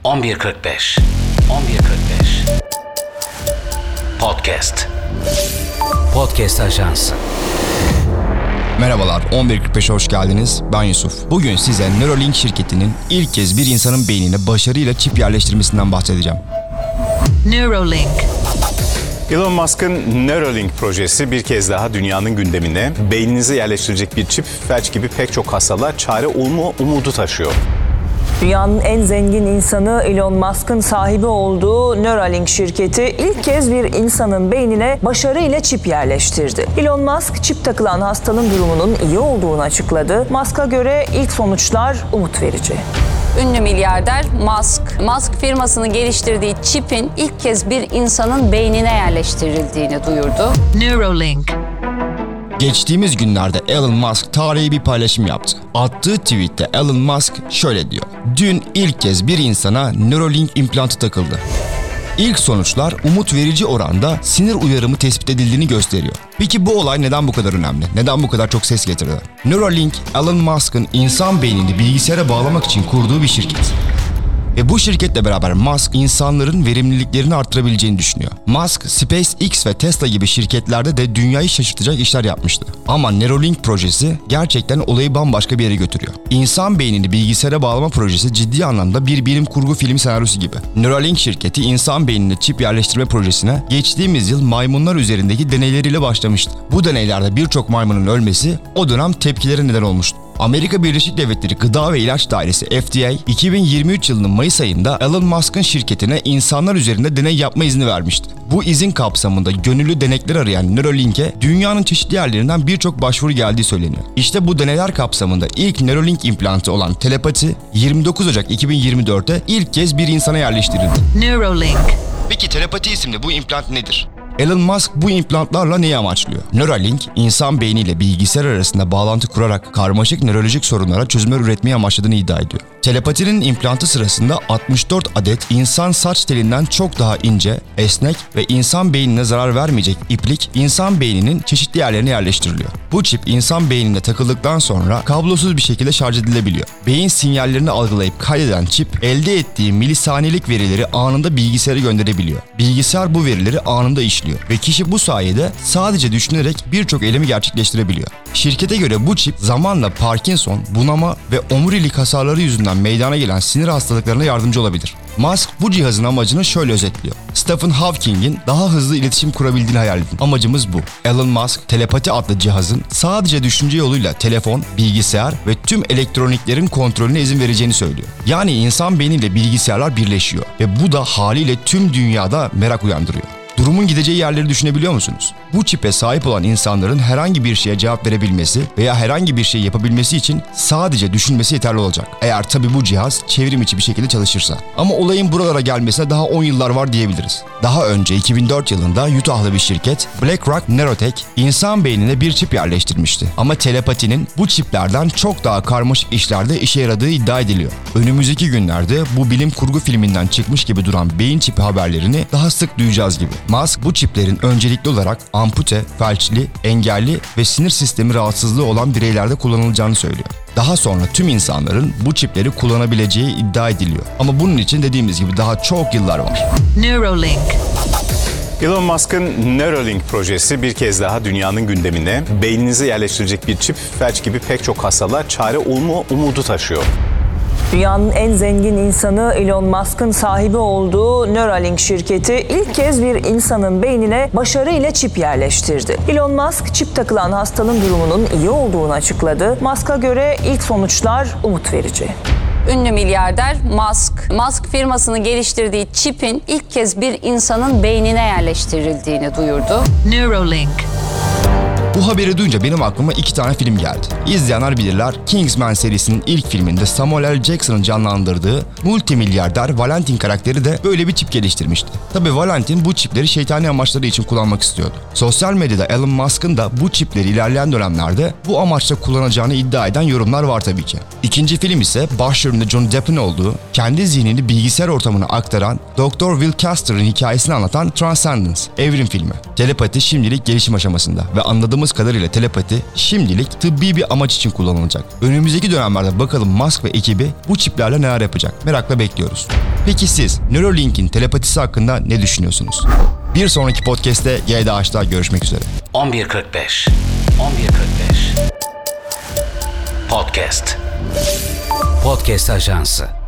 11.45 Podcast Ajans. Merhabalar, 11.45'e hoş geldiniz. Ben Yusuf. Bugün size Neuralink şirketinin ilk kez bir insanın beynine başarıyla çip yerleştirmesinden bahsedeceğim. Neuralink. Elon Musk'ın Neuralink projesi bir kez daha dünyanın gündemine. Beyninize yerleştirecek bir çip, felç gibi pek çok hastalığa çare olma umudu taşıyor. Dünyanın en zengin insanı Elon Musk'ın sahibi olduğu Neuralink şirketi ilk kez bir insanın beynine başarıyla çip yerleştirdi. Elon Musk, çip takılan hastanın durumunun iyi olduğunu açıkladı. Musk'a göre ilk sonuçlar umut verici. Ünlü milyarder Musk firmasının geliştirdiği çipin ilk kez bir insanın beynine yerleştirildiğini duyurdu. Neuralink. Geçtiğimiz günlerde Elon Musk tarihi bir paylaşım yaptı. Attığı tweette Elon Musk şöyle diyor: "Dün ilk kez bir insana Neuralink implantı takıldı. İlk sonuçlar umut verici oranda sinir uyarımı tespit edildiğini gösteriyor." Peki bu olay neden bu kadar önemli? Neden bu kadar çok ses getirdi? Neuralink, Elon Musk'ın insan beynini bilgisayara bağlamak için kurduğu bir şirket. Ve bu şirketle beraber Musk insanların verimliliklerini arttırabileceğini düşünüyor. Musk, SpaceX ve Tesla gibi şirketlerde de dünyayı şaşırtacak işler yapmıştı. Ama Neuralink projesi gerçekten olayı bambaşka bir yere götürüyor. İnsan beynini bilgisayara bağlama projesi ciddi anlamda bir bilim kurgu filmi senaryosu gibi. Neuralink şirketi insan beynine çip yerleştirme projesine geçtiğimiz yıl maymunlar üzerindeki deneyleriyle başlamıştı. Bu deneylerde birçok maymunun ölmesi o dönem tepkilere neden olmuştu. Amerika Birleşik Devletleri Gıda ve İlaç Dairesi FDA, 2023 yılının Mayıs ayında Elon Musk'ın şirketine insanlar üzerinde deney yapma izni vermişti. Bu izin kapsamında gönüllü denekler arayan Neuralink'e dünyanın çeşitli yerlerinden birçok başvuru geldiği söyleniyor. İşte bu deneyler kapsamında ilk Neuralink implantı olan telepati 29 Ocak 2024'te ilk kez bir insana yerleştirildi. Neuralink. Peki telepati isimli bu implant nedir? Elon Musk bu implantlarla neyi amaçlıyor? Neuralink, insan beyniyle bilgisayar arasında bağlantı kurarak karmaşık nörolojik sorunlara çözümler üretmeyi amaçladığını iddia ediyor. Telepatinin implantı sırasında 64 adet insan saç telinden çok daha ince, esnek ve insan beynine zarar vermeyecek iplik insan beyninin çeşitli yerlerine yerleştiriliyor. Bu çip insan beynine takıldıktan sonra kablosuz bir şekilde şarj edilebiliyor. Beyin sinyallerini algılayıp kaydeden çip elde ettiği milisaniyelik verileri anında bilgisayara gönderebiliyor. Bilgisayar bu verileri anında işliyor ve kişi bu sayede sadece düşünerek birçok eylemi gerçekleştirebiliyor. Şirkete göre bu çip zamanla Parkinson, bunama ve omurilik hasarları yüzünden meydana gelen sinir hastalıklarına yardımcı olabilir. Musk bu cihazın amacını şöyle özetliyor: Stephen Hawking'in daha hızlı iletişim kurabildiğini hayal edin. Amacımız bu. Elon Musk, telepati adlı cihazın sadece düşünce yoluyla telefon, bilgisayar ve tüm elektroniklerin kontrolüne izin vereceğini söylüyor. Yani insan beyniyle bilgisayarlar birleşiyor ve bu da haliyle tüm dünyada merak uyandırıyor. Durumun gideceği yerleri düşünebiliyor musunuz? Bu çipe sahip olan insanların herhangi bir şeye cevap verebilmesi veya herhangi bir şey yapabilmesi için sadece düşünmesi yeterli olacak. Eğer tabii bu cihaz çevrim içi bir şekilde çalışırsa. Ama olayın buralara gelmesine daha 10 yıllar var diyebiliriz. Daha önce 2004 yılında Utah'lı bir şirket BlackRock Neurotech insan beynine bir çip yerleştirmişti. Ama telepatinin bu çiplerden çok daha karmaşık işlerde işe yaradığı iddia ediliyor. Önümüzdeki günlerde bu bilim kurgu filminden çıkmış gibi duran beyin çipi haberlerini daha sık duyacağız gibi. Musk bu çiplerin öncelikli olarak ampute, felçli, engelli ve sinir sistemi rahatsızlığı olan bireylerde kullanılacağını söylüyor. Daha sonra tüm insanların bu çipleri kullanabileceği iddia ediliyor. Ama bunun için dediğimiz gibi daha çok yıllar var. Neuralink. Elon Musk'ın Neuralink projesi bir kez daha dünyanın gündemine. Beyninize yerleştirecek bir çip, felç gibi pek çok hastalığa çare olma umudu taşıyor. Dünyanın en zengin insanı Elon Musk'ın sahibi olduğu Neuralink şirketi ilk kez bir insanın beynine başarıyla çip yerleştirdi. Elon Musk, çip takılan hastanın durumunun iyi olduğunu açıkladı. Musk'a göre ilk sonuçlar umut verici. Ünlü milyarder Musk firmasının geliştirdiği çipin ilk kez bir insanın beynine yerleştirildiğini duyurdu. Neuralink. Bu haberi duyunca benim aklıma 2 tane film geldi. İzleyenler bilirler, Kingsman serisinin ilk filminde Samuel L. Jackson'ın canlandırdığı multimilyarder Valentin karakteri de böyle bir çip geliştirmişti. Tabii Valentin bu çipleri şeytani amaçları için kullanmak istiyordu. Sosyal medyada Elon Musk'ın da bu çipleri ilerleyen dönemlerde bu amaçla kullanacağını iddia eden yorumlar var tabii ki. İkinci film ise başrolünde Johnny Depp'in olduğu, kendi zihnini bilgisayar ortamına aktaran Dr. Will Caster'ın hikayesini anlatan Transcendence, Evrim filmi. Telepati şimdilik gelişim aşamasında ve anladığım anladığımız kadarıyla telepati şimdilik tıbbi bir amaç için kullanılacak. Önümüzdeki dönemlerde bakalım Musk ve ekibi bu çiplerle neler yapacak? Merakla bekliyoruz. Peki siz Neuralink'in telepatisi hakkında ne düşünüyorsunuz? Bir sonraki podcast'te GDH'da görüşmek üzere. 11.45 Podcast Ajansı.